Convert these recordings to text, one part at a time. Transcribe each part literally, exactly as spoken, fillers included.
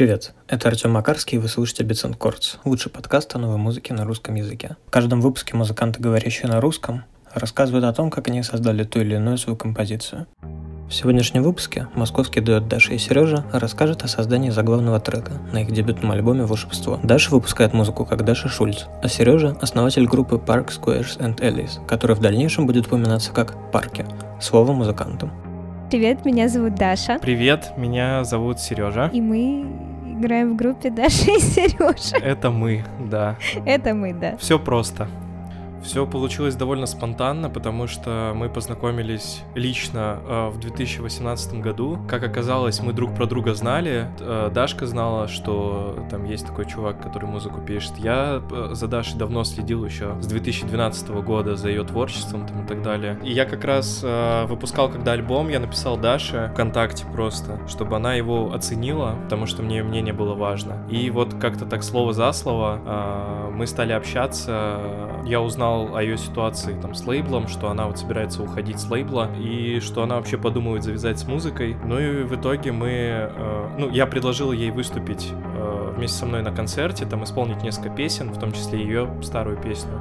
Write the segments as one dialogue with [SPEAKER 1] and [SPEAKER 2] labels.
[SPEAKER 1] Привет, это Артем Макарский, и вы слушаете Beats and Chords, лучший подкаст о новой музыке на русском языке. В каждом выпуске музыканты, говорящие на русском, рассказывают о том, как они создали ту или иную свою композицию. В сегодняшнем выпуске московский дуэт Даша и Сережа расскажет о создании заглавного трека на их дебютном альбоме «Волшебство». Даша выпускает музыку как Даша Шульц, а Сережа – основатель группы Park Squares and Alleys, которая в дальнейшем будет упоминаться как «Парки». Слово музыкантам.
[SPEAKER 2] Привет, меня зовут Даша.
[SPEAKER 3] Привет, меня зовут Сережа.
[SPEAKER 2] И мы играем в группе Даша и Сережа.
[SPEAKER 3] Это мы, да.
[SPEAKER 2] Это мы, да.
[SPEAKER 3] Все просто. Все получилось довольно спонтанно, потому что мы познакомились лично э, в две тысячи восемнадцатом году. Как оказалось, мы друг про друга знали. Э, Дашка знала, что там есть такой чувак, который музыку пишет. Я э, за Дашей давно следил еще с две тысячи двенадцатого года за ее творчеством там, и так далее. И я как раз э, выпускал когда альбом, я написал Даше ВКонтакте просто, чтобы она его оценила, потому что мне ее мнение было важно. И вот как-то так слово за слово э, мы стали общаться. Я узнал о ее ситуации там с лейблом, что она вот собирается уходить с лейбла и что она вообще подумывает завязать с музыкой. Ну и в итоге мы, э, ну я предложил ей выступить э, вместе со мной на концерте, там исполнить несколько песен, в том числе ее старую песню.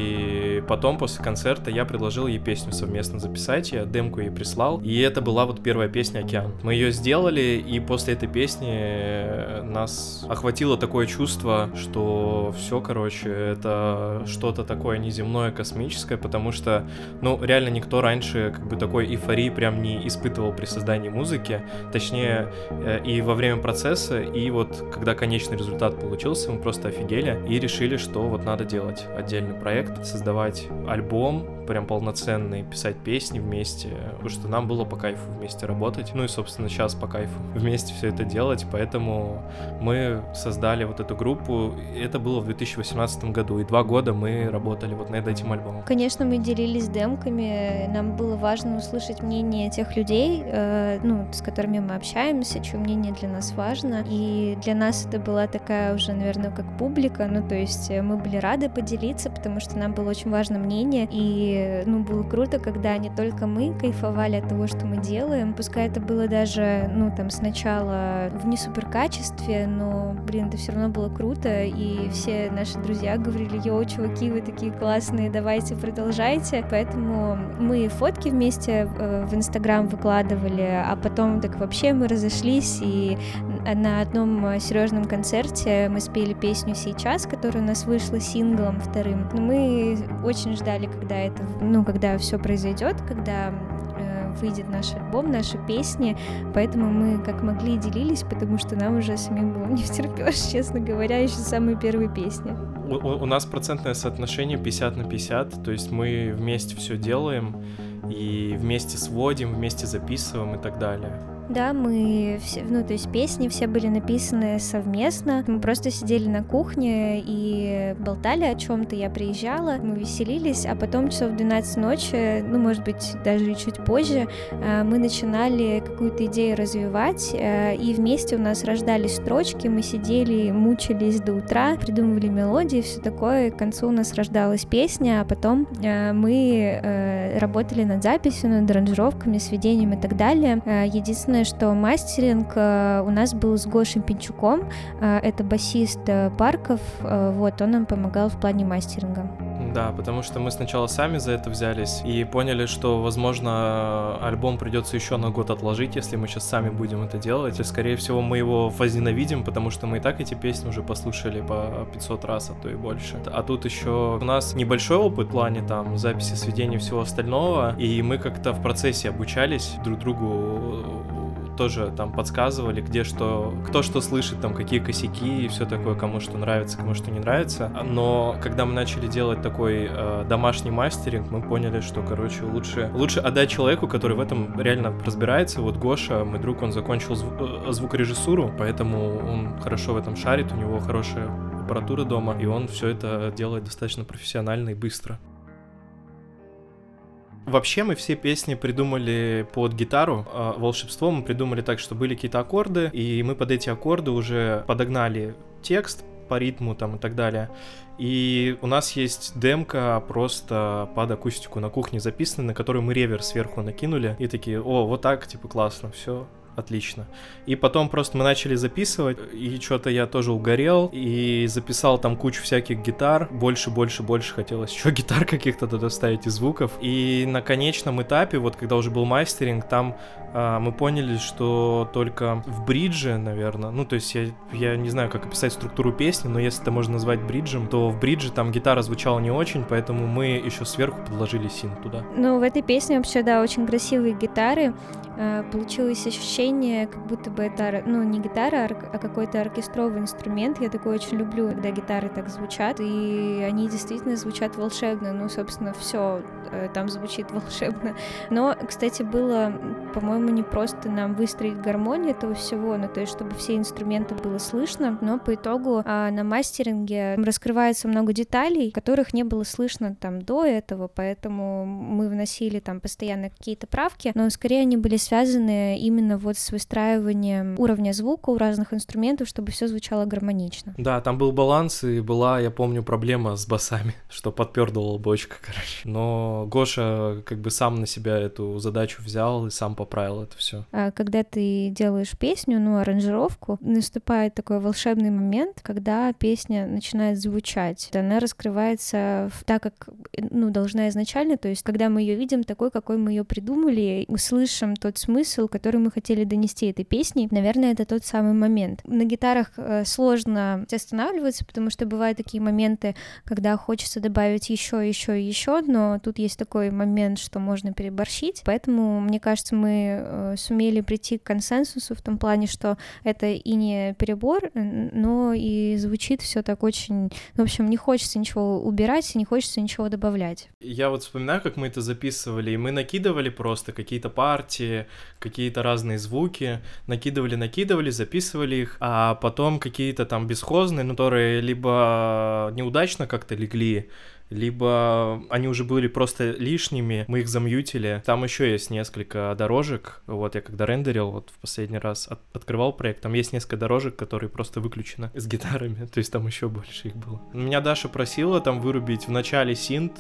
[SPEAKER 3] И потом после концерта я предложил ей песню совместно записать, я демку ей прислал, и это была вот первая песня «Океан». Мы ее сделали, и после этой песни нас охватило такое чувство, что все, короче, это что-то такое неземное, земное, космическое, потому что, ну, реально никто раньше как бы такой эйфории прям не испытывал при создании музыки, точнее, э, и во время процесса, и вот когда конечный результат получился, мы просто офигели и решили, что вот надо делать отдельный проект, создавать альбом, прям полноценный, писать песни вместе, потому что нам было по кайфу вместе работать, ну и, собственно, сейчас по кайфу вместе все это делать, поэтому мы создали вот эту группу, это было в две тысячи восемнадцатом году, и два года мы работали вот над этим альбомом.
[SPEAKER 2] Конечно, мы делились демками, нам было важно услышать мнение тех людей, э, ну, с которыми мы общаемся, чье мнение для нас важно, и для нас это была такая уже, наверное, как публика, ну, то есть мы были рады поделиться, потому что нам было очень важно мнение, и ну, было круто, когда не только мы кайфовали от того, что мы делаем, пускай это было даже, ну, там, сначала в не супер качестве, но, блин, это все равно было круто, и все наши друзья говорили: йоу, чуваки, вы такие классные, давайте, продолжайте, поэтому мы фотки вместе в Инстаграм выкладывали, а потом так вообще мы разошлись, и на одном Сережном концерте мы спели песню «Сейчас», которая у нас вышла синглом вторым, но мы очень ждали, когда это ну, когда все произойдет, когда э, выйдет наш альбом, наши песни, поэтому мы как могли делились, потому что нам уже самим было не втерпёшь, честно говоря, еще самые первые песни.
[SPEAKER 3] У, у нас процентное соотношение пятьдесят на пятьдесят, то есть мы вместе все делаем и вместе сводим, вместе записываем и так далее.
[SPEAKER 2] Да, мы все, ну, то есть песни все были написаны совместно. Мы просто сидели на кухне и болтали о чем-то. Я приезжала, мы веселились, а потом часов в двенадцать ночи, ну, может быть, даже чуть позже, мы начинали какую-то идею развивать, и вместе у нас рождались строчки, мы сидели, мучились до утра, придумывали мелодии, все такое. К концу у нас рождалась песня, а потом мы работали над записью, над аранжировками, сведением и так далее. Единственное, что мастеринг э, у нас был с Гошей Пинчуком, э, это басист э, Парков, э, вот, он нам помогал в плане мастеринга.
[SPEAKER 3] Да, потому что мы сначала сами за это взялись и поняли, что, возможно, альбом придется еще на год отложить, если мы сейчас сами будем это делать. И, скорее всего, мы его возненавидим, потому что мы и так эти песни уже послушали по пятьсот раз, а то и больше. А тут еще у нас небольшой опыт в плане там записи, сведения и всего остального, и мы как-то в процессе обучались друг другу, тоже там подсказывали, где что, кто что слышит, там какие косяки и все такое, кому что нравится, кому что не нравится. Но когда мы начали делать такой э, домашний мастеринг, мы поняли, что, короче, лучше, лучше отдать человеку, который в этом реально разбирается. Вот Гоша, мой друг, он закончил зву- звукорежиссуру, поэтому он хорошо в этом шарит, у него хорошая аппаратура дома, и он все это делает достаточно профессионально и быстро. Вообще мы все песни придумали под гитару. «Волшебство» мы придумали так, что были какие-то аккорды, и мы под эти аккорды уже подогнали текст по ритму там и так далее. И у нас есть демка просто под акустику на кухне записанная, на которую мы реверс сверху накинули. И такие: о, вот так, типа, классно, все. отлично. И потом просто мы начали записывать, и что-то я тоже угорел, и записал там кучу всяких гитар, больше, больше, больше хотелось еще гитар каких-то туда ставить и звуков. И на конечном этапе, вот когда уже был мастеринг, там а, мы поняли, что только в бридже, наверное, ну то есть я, я не знаю, как описать структуру песни, но если это можно назвать бриджем, то в бридже там гитара звучала не очень, поэтому мы еще сверху подложили синт туда.
[SPEAKER 2] Ну, в этой песне вообще, да, очень красивые гитары. Получилось ощущение, как будто бы это, ну, не гитара, а какой-то оркестровый инструмент. Я такое очень люблю, когда гитары так звучат, и они действительно звучат волшебно. Ну, собственно, все там звучит волшебно. Но, кстати, было, по-моему, не просто нам выстроить гармонию этого всего, ну, то есть, чтобы все инструменты было слышно, но по итогу на мастеринге раскрывается много деталей, которых не было слышно там до этого, поэтому мы вносили там постоянно какие-то правки, но скорее они были связаны именно вот с выстраиванием уровня звука у разных инструментов, чтобы все звучало гармонично.
[SPEAKER 3] Да, там был баланс, и была, я помню, проблема с басами, что подпердывала бочка, короче. Но Гоша как бы сам на себя эту задачу взял и сам поправил это все.
[SPEAKER 2] А когда ты делаешь песню, ну, аранжировку, наступает такой волшебный момент, когда песня начинает звучать. Она раскрывается так, как, ну, должна изначально, то есть когда мы ее видим такой, какой мы ее придумали, услышим тот смысл, который мы хотели донести этой песней, наверное, это тот самый момент. На гитарах сложно останавливаться, потому что бывают такие моменты, когда хочется добавить еще, еще и еще, но тут есть такой момент, что можно переборщить, поэтому, мне кажется, мы сумели прийти к консенсусу в том плане, что это и не перебор, но и звучит все так очень... В общем, не хочется ничего убирать, и не хочется ничего добавлять.
[SPEAKER 3] Я вот вспоминаю, как мы это записывали, и мы накидывали просто какие-то партии, какие-то разные звуки, накидывали, накидывали, записывали их, а потом какие-то там бесхозные, ну, которые либо неудачно как-то легли, либо они уже были просто лишними, мы их замьютили. Там еще есть несколько дорожек, вот я когда рендерил, вот в последний раз от- открывал проект, там есть несколько дорожек, которые просто выключены с гитарами, то есть там еще больше их было. Меня Даша просила там вырубить в начале синт,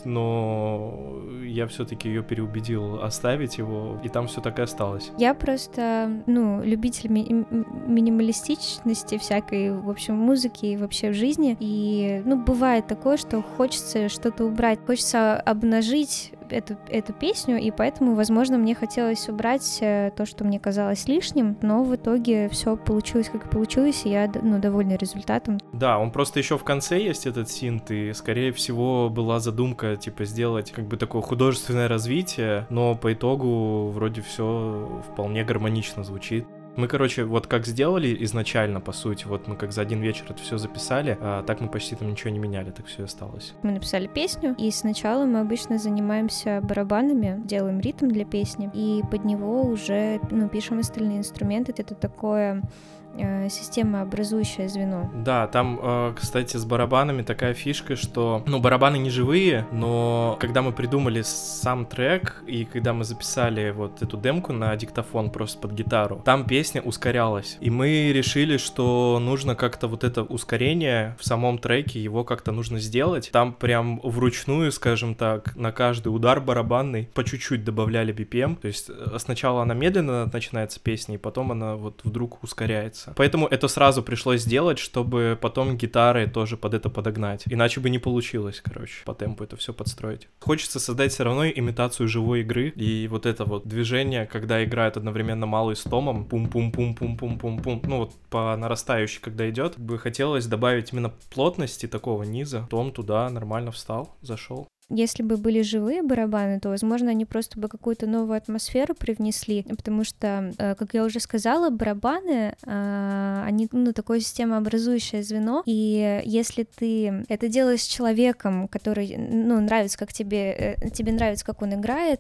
[SPEAKER 3] но я все-таки ее переубедил оставить его, и там все так и осталось.
[SPEAKER 2] Я просто, ну, любитель ми- минималистичности всякой, в общем, музыки и вообще в жизни, и, ну, бывает такое, что хочется что-то убрать, хочется обнажить эту, эту песню, и поэтому, возможно, мне хотелось убрать то, что мне казалось лишним, но в итоге все получилось, как получилось, и я, ну, довольна результатом.
[SPEAKER 3] Да, он просто еще в конце есть этот синт, и, скорее всего, была задумка, типа, сделать как бы такое художественное развитие, но по итогу вроде все вполне гармонично звучит. Мы, короче, вот как сделали изначально, по сути, вот мы как за один вечер это все записали, а так мы почти там ничего не меняли, так все и осталось.
[SPEAKER 2] Мы написали песню, и сначала мы обычно занимаемся барабанами, делаем ритм для песни, и под него уже, ну, пишем остальные инструменты. Это такое системообразующее звено.
[SPEAKER 3] Да, там, кстати, с барабанами такая фишка, что, ну, барабаны не живые, но когда мы придумали сам трек, и когда мы записали вот эту демку на диктофон просто под гитару, там песня ускорялась, и мы решили, что нужно как-то вот это ускорение в самом треке, его как-то нужно сделать. Там прям вручную, скажем так, на каждый удар барабанный по чуть-чуть добавляли би пи эм, то есть сначала она медленно начинается песня, и потом она вот вдруг ускоряется. Поэтому это сразу пришлось сделать, чтобы потом гитары тоже под это подогнать. Иначе бы не получилось, короче, по темпу это все подстроить. Хочется создать все равно имитацию живой игры. И вот это вот движение, когда играют одновременно малый с томом, пум-пум-пум-пум-пум-пум-пум, ну вот по нарастающей, когда идет, бы хотелось добавить именно плотности такого низа. Том туда нормально встал, зашел.
[SPEAKER 2] Если бы были живые барабаны, то, возможно, они просто бы какую-то новую атмосферу привнесли, потому что, как я уже сказала, барабаны, они, ну, такое системообразующее звено, и если ты это делаешь с человеком, который, ну, нравится, как тебе, тебе нравится, как он играет,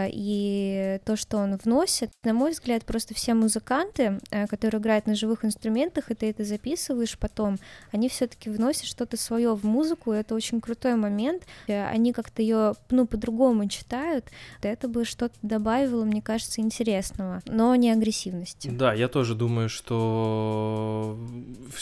[SPEAKER 2] и то, что он вносит, на мой взгляд, просто все музыканты, которые играют на живых инструментах, и ты это записываешь потом, они все-таки вносят что-то свое в музыку, и это очень крутой момент. Они как-то ее, ну, по-другому читают, это бы что-то добавило, мне кажется, интересного, но не агрессивности.
[SPEAKER 3] Да, я тоже думаю, что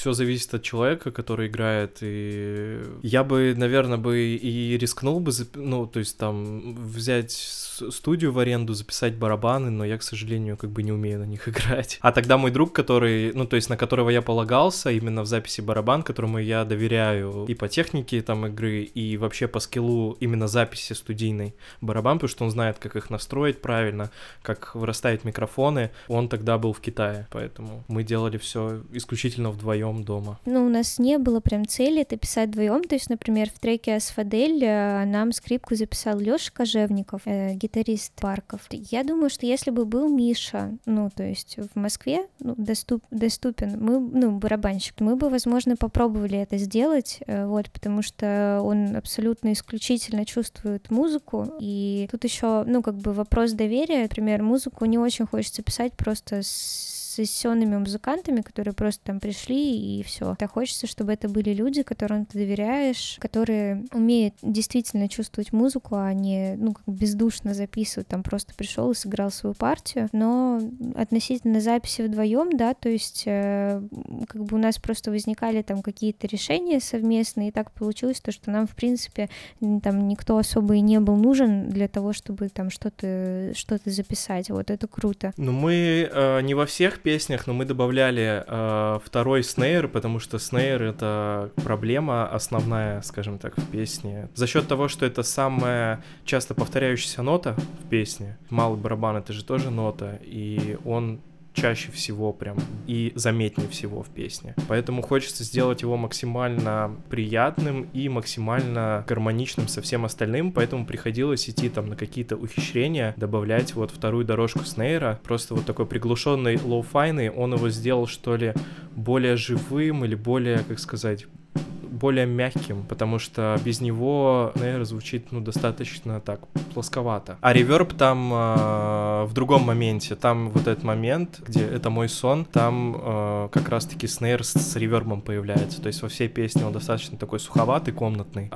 [SPEAKER 3] все зависит от человека, который играет, и я бы, наверное, бы и рискнул бы, ну, то есть там взять студию в аренду, записать барабаны, но я, к сожалению, как бы не умею на них играть. А тогда мой друг, который, ну, то есть на которого я полагался именно в записи барабан, которому я доверяю и по технике там игры, и вообще по скиллу именно записи студийной барабан, потому что он знает, как их настроить правильно, как расставить микрофоны, он тогда был в Китае, поэтому мы делали все исключительно вдвоем дома.
[SPEAKER 2] Ну, у нас не было прям цели это писать вдвоем, то есть, например, в треке «Асфадель» нам скрипку записал Лёша Кожевников, э, гитарист Парков. Я думаю, что если бы был Миша, ну, то есть в Москве, ну, доступ, доступен, мы, ну, барабанщик, мы бы, возможно, попробовали это сделать, э, вот, потому что он абсолютно исключительно чувствует музыку, и тут еще, ну, как бы вопрос доверия, например, музыку не очень хочется писать просто с сессионными музыкантами, которые просто там пришли и все. Так хочется, чтобы это были люди, которым ты доверяешь, которые умеют действительно чувствовать музыку, а не, ну, как бездушно записывать, там просто пришел и сыграл свою партию. Но относительно записи вдвоем, да, то есть э, как бы у нас просто возникали там какие-то решения совместные, и так получилось то, что нам, в принципе, там никто особо и не был нужен для того, чтобы там что-то, что-то записать. Вот это круто.
[SPEAKER 3] Ну, мы э, не во всех песнях, но мы добавляли э, второй снейр, потому что снейр — это проблема основная, скажем так, в песне. За счет того, что это самая часто повторяющаяся нота в песне, малый барабан — это же тоже нота, и он чаще всего прям и заметнее всего в песне. Поэтому хочется сделать его максимально приятным и максимально гармоничным со всем остальным, поэтому приходилось идти там на какие-то ухищрения, добавлять вот вторую дорожку снейра, просто вот такой приглушенный лоу-файный, он его сделал, что ли, более живым или более, как сказать, более мягким, потому что без него, наверное, звучит, ну, достаточно так плосковато. А реверб там э, в другом моменте, там вот этот момент, где это мой сон, там э, как раз-таки снейр с, с ревербом появляется, то есть во всей песне он достаточно такой суховатый, комнатный,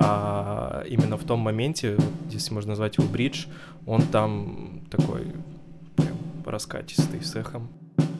[SPEAKER 3] а именно в том моменте, если можно назвать его бридж, он там такой прям раскатистый, с эхом.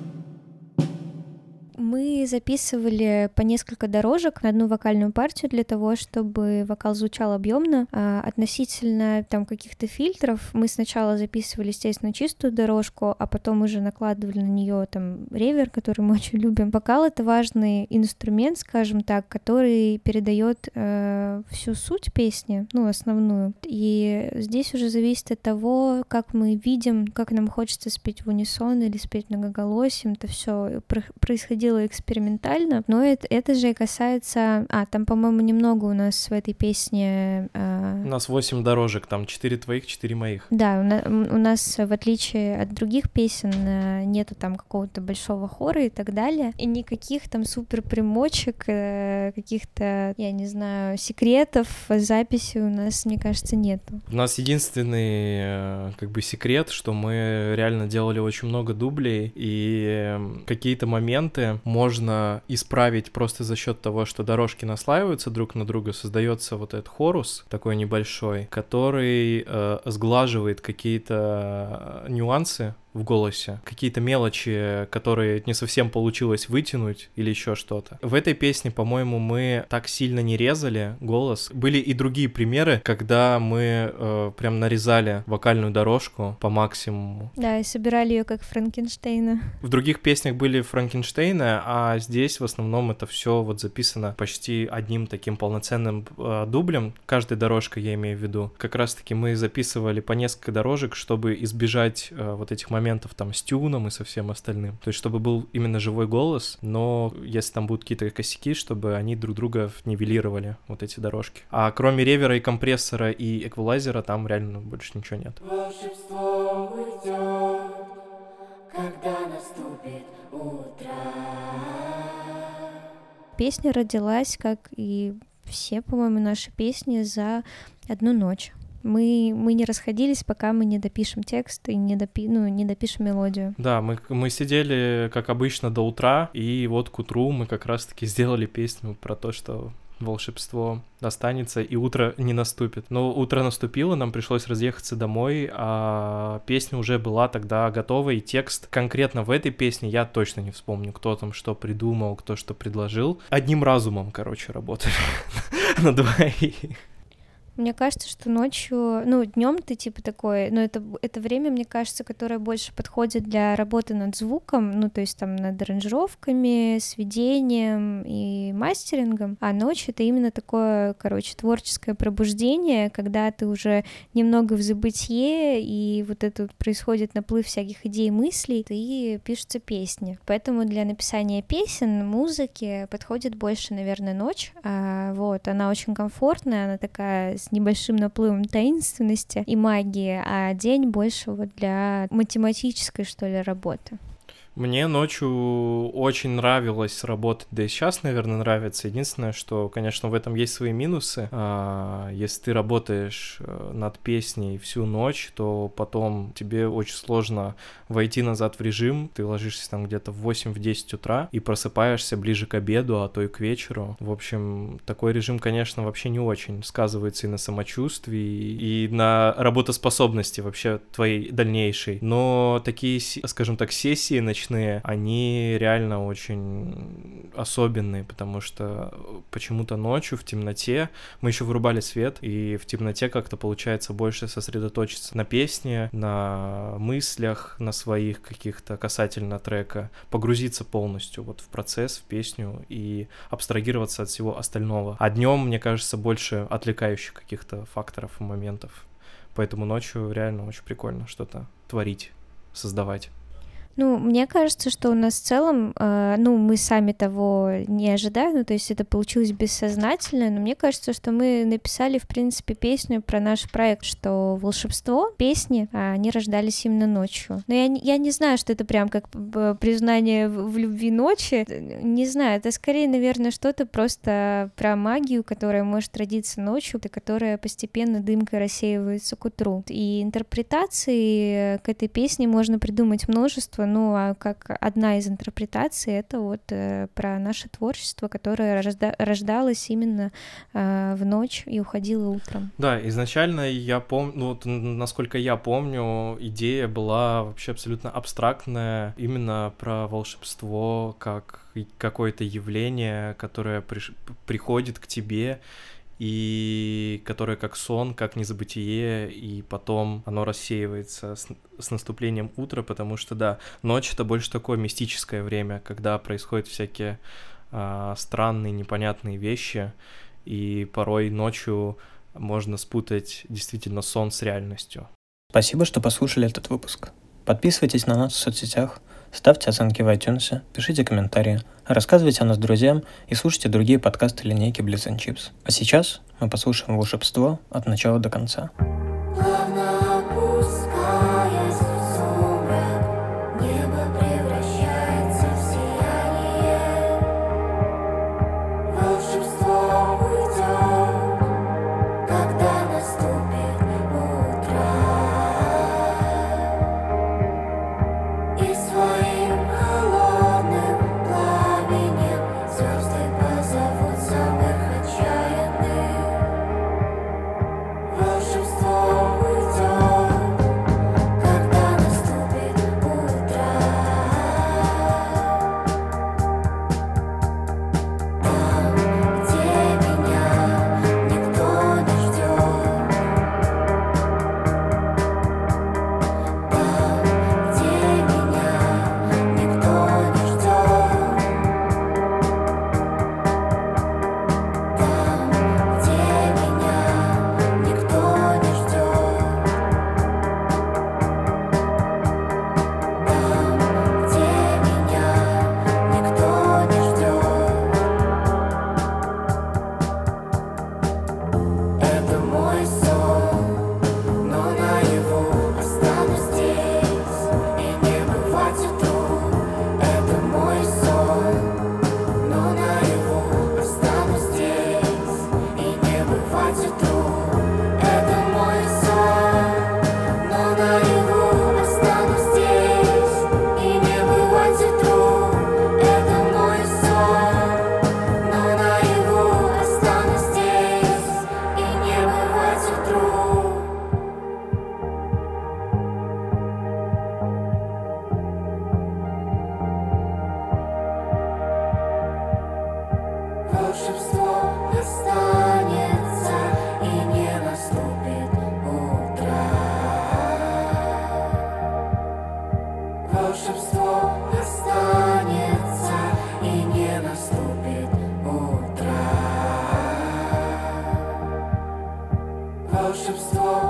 [SPEAKER 2] Мы записывали по несколько дорожек на одну вокальную партию для того, чтобы вокал звучал объемно. А относительно там каких-то фильтров мы сначала записывали, естественно, чистую дорожку, а потом уже накладывали на нее там ревер, который мы очень любим. Вокал — это важный инструмент, скажем так, который передает э, всю суть песни, ну, основную. И здесь уже зависит от того, как мы видим, как нам хочется спеть в унисон или спеть многоголосием. Это все происходило экспериментально, но это, это же и касается... А, там, по-моему, немного у нас в этой песне... Э...
[SPEAKER 3] У нас восемь дорожек, там четыре твоих, четыре моих.
[SPEAKER 2] Да, у, на... у нас, в отличие от других песен, нету там какого-то большого хора и так далее, и никаких там супер примочек, э, каких-то, я не знаю, секретов записи у нас, мне кажется, нету.
[SPEAKER 3] У нас единственный, как бы, секрет, что мы реально делали очень много дублей, и какие-то моменты можно исправить просто за счет того, что дорожки наслаиваются друг на друга, создается вот этот хорус такой небольшой, который э, сглаживает какие-то нюансы в голосе, какие-то мелочи, которые не совсем получилось вытянуть или еще что-то. В этой песне, по-моему, мы так сильно не резали голос. Были и другие примеры, когда мы э, прям нарезали вокальную дорожку по максимуму.
[SPEAKER 2] Да, и собирали ее как Франкенштейна.
[SPEAKER 3] В других песнях были Франкенштейны, а здесь в основном это все вот записано почти одним таким полноценным э, дублем. Каждой дорожкой я имею в виду. Как раз-таки мы записывали по несколько дорожек, чтобы избежать э, вот этих моментов моментов там с тюном и со всем остальным. То есть, чтобы был именно живой голос, но если там будут какие-то косяки, чтобы они друг друга нивелировали, вот эти дорожки. А кроме ревера и компрессора и эквалайзера, там реально больше ничего нет.
[SPEAKER 4] Волшебство уйдет, когда наступит утро.
[SPEAKER 2] Песня родилась, как и все, по-моему, наши песни, за одну ночь. Мы, мы не расходились, пока мы не допишем текст и не, допи, ну, не допишем мелодию.
[SPEAKER 3] Да, мы, мы сидели, как обычно, до утра, и вот к утру мы как раз-таки сделали песню про то, что волшебство останется и утро не наступит. Но утро наступило, нам пришлось разъехаться домой, а песня уже была тогда готова, и текст конкретно в этой песне я точно не вспомню, кто там что придумал, кто что предложил. Одним разумом, короче, работали на двоих.
[SPEAKER 2] Мне кажется, что ночью, ну, днем ты типа такой, ну, это, это время, мне кажется, которое больше подходит для работы над звуком, ну, то есть там над аранжировками, сведением и мастерингом, а ночь — это именно такое, короче, творческое пробуждение, когда ты уже немного в забытье, и вот это вот происходит наплыв всяких идей и мыслей, и пишутся песни. Поэтому для написания песен, музыки подходит больше, наверное, ночь, а, вот, она очень комфортная, она такая с небольшим наплывом таинственности и магии, а день больше вот для математической, что ли, работы.
[SPEAKER 3] Мне ночью очень нравилось работать, да и сейчас, наверное, нравится. Единственное, что, конечно, в этом есть свои минусы. А, если ты работаешь над песней всю ночь, то потом тебе очень сложно войти назад в режим. Ты ложишься там где-то в восемь-десять утра и просыпаешься ближе к обеду, а то и к вечеру. В общем, такой режим, конечно, вообще не очень сказывается и на самочувствии, и на работоспособности вообще твоей дальнейшей. Но такие, скажем так, сессии ночные, они реально очень особенные, потому что почему-то ночью в темноте мы еще вырубали свет, и в темноте как-то получается больше сосредоточиться на песне, на мыслях, на своих каких-то касательно трека, погрузиться полностью вот в процесс, в песню и абстрагироваться от всего остального. А днем, мне кажется, больше отвлекающих каких-то факторов и моментов. Поэтому ночью реально очень прикольно что-то творить, создавать.
[SPEAKER 2] Ну, мне кажется, что у нас в целом, э, ну, мы сами того не ожидаем, ну, то есть это получилось бессознательно, но мне кажется, что мы написали, в принципе, песню про наш проект, что волшебство, песни, они рождались именно ночью. Но я, я не знаю, что это прям как признание в, в любви ночи, не знаю, это скорее, наверное, что-то просто про магию, которая может родиться ночью, которая постепенно дымкой рассеивается к утру. И интерпретации к этой песне можно придумать множество. Ну, а как одна из интерпретаций, это вот э, про наше творчество, которое рожда- рождалось именно э, в ночь и уходило утром.
[SPEAKER 3] Да, изначально я помню, ну, вот, насколько я помню, идея была вообще абсолютно абстрактная, именно про волшебство как какое-то явление, которое приш- приходит к тебе, и которое как сон, как незабытие, и потом оно рассеивается с, с наступлением утра, потому что, да, ночь — это больше такое мистическое время, когда происходят всякие а, странные, непонятные вещи, и порой ночью можно спутать действительно сон с реальностью.
[SPEAKER 1] Спасибо, что послушали этот выпуск. Подписывайтесь на нас в соцсетях, ставьте оценки в iTunes, пишите комментарии, рассказывайте о нас друзьям и слушайте другие подкасты линейки Bliss and Chips. А сейчас мы послушаем волшебство от начала до конца.
[SPEAKER 4] Волшебство волшебство останется и не наступит утро. Волшебство останется и не наступит утро. Волшебство